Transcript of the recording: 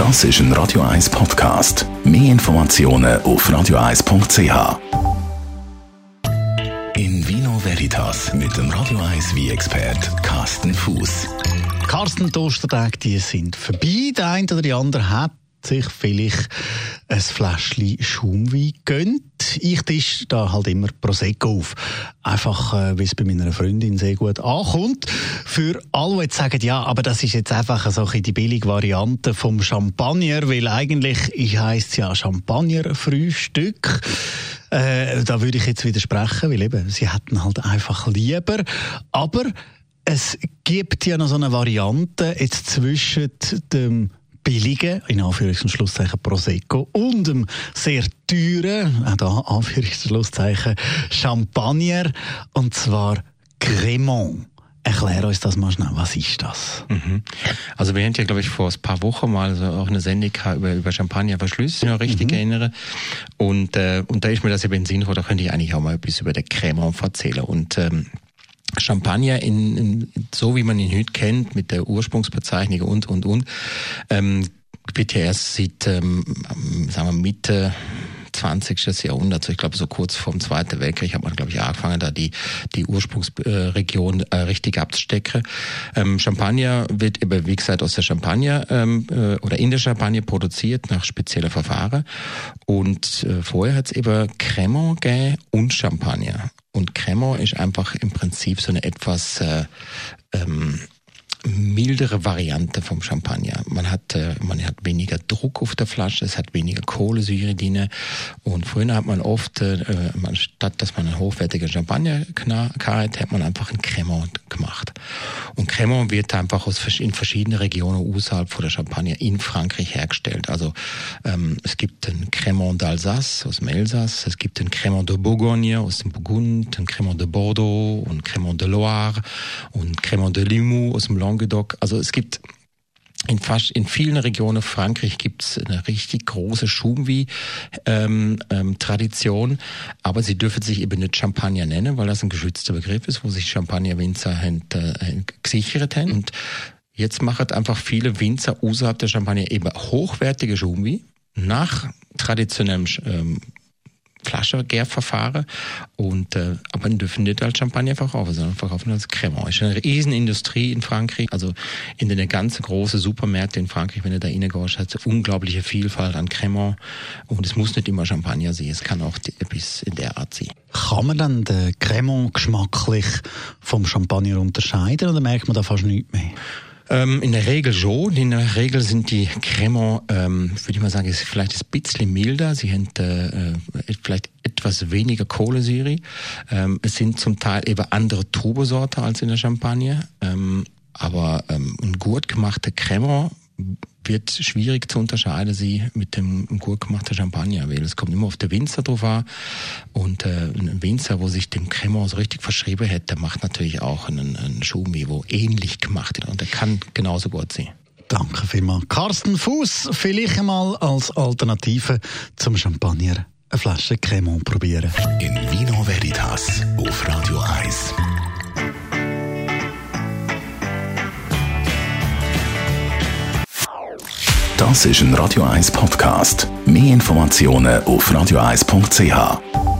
Das ist ein Radio 1 Podcast. Mehr Informationen auf radio1.ch. In Vino Veritas mit dem Radio 1 Wein-Expert Carsten Fuß. Carsten, die Ostertage, die sind vorbei. Der eine oder die andere hat sich vielleicht ein Fläschchen Schaumwein gönnt. Ich tische da halt immer Prosecco auf. Einfach, weil es bei meiner Freundin sehr gut ankommt. Für alle, die jetzt sagen, ja, aber das ist jetzt einfach so die billige Variante vom Champagner, weil eigentlich heisst es ja Champagner-Frühstück. Da würde ich jetzt widersprechen, weil eben, sie hätten halt einfach lieber. Aber es gibt ja noch so eine Variante jetzt zwischen dem billigen, in Anführungs- und Schlusszeichen, Prosecco und dem sehr teuren, auch da Anführungs- und Schlusszeichen, Champagner, und zwar Crémant. Erklär uns das mal schnell, was ist das? Also wir haben ja, glaube ich, vor ein paar Wochen mal so auch eine Sendung über Champagnerverschlüsse, wenn ich mich richtig erinnere. Und da ist mir das eben in den Sinn gekommen, da könnte ich eigentlich auch mal etwas über den Crémant erzählen. Und Champagner so wie man ihn heute kennt, mit der Ursprungsbezeichnung wird ja erst seit, sagen wir, Mitte 20. Jahrhundert, ich glaube so kurz vor dem Zweiten Weltkrieg hat man, glaube ich, angefangen, da die Ursprungsregion richtig abzustecken. Champagner wird eben, wie gesagt, aus der Champagne oder in der Champagne produziert nach speziellen Verfahren. Und vorher hat es eben Crémant gegeben und Champagner. Und Crémant ist einfach im Prinzip so eine etwas mildere Variante vom Champagner. Man hat weniger Druck auf der Flasche, es hat weniger Kohlensäure drin. Und früher hat man oft, anstatt dass man einen hochwertigen Champagner hat, hat man einfach einen Crémant gemacht. Und Crémant wird einfach in verschiedenen Regionen außerhalb von der Champagne in Frankreich hergestellt. Also es gibt einen Crémant d'Alsace aus dem Elsass, es gibt einen Crémant de Bourgogne aus dem Burgund, einen Crémant de Bordeaux und Crémant de Loire und Crémant de Limoux aus dem Languedoc. Also es gibt in vielen Regionen Frankreich gibt es eine richtig große Schaumwein-Tradition, aber sie dürfen sich eben nicht Champagner nennen, weil das ein geschützter Begriff ist, wo sich Champagner-Winzer gesichert haben. Und jetzt machen einfach viele Winzer außerhalb der Champagne eben hochwertige Schaumwein nach traditionellem Flaschengärverfahren aber dürfen nicht als Champagner verkaufen, sondern verkaufen als Crémant. Es ist eine Riesenindustrie in Frankreich, also in den ganzen großen Supermärkten in Frankreich, wenn du da reingehst, hat es eine unglaubliche Vielfalt an Crémant und es muss nicht immer Champagner sein, es kann auch etwas in der Art sein. Kann man dann den Crémant geschmacklich vom Champagner unterscheiden oder merkt man da fast nichts mehr? In der Regel schon. In der Regel sind die Crémant, würde ich mal sagen, ist vielleicht ein bisschen milder. Sie haben vielleicht etwas weniger Kohlensäure. Es sind zum Teil eben andere Trubesorten als in der Champagne. Aber ein gut gemachter Crémant wird schwierig zu unterscheiden sie mit dem gut gemachten Champagner, weil es kommt immer auf den Winzer drauf an und ein Winzer, wo sich dem Crémant so richtig verschrieben hat, der macht natürlich auch einen Schaumwein, der ähnlich gemacht ist und der kann genauso gut sein. Danke vielmals. Carsten Fuß, vielleicht einmal als Alternative zum Champagner eine Flasche Crémant probieren. In Vino Veritas auf Radio 1. Das ist ein Radio 1 Podcast. Mehr Informationen auf radio1.ch.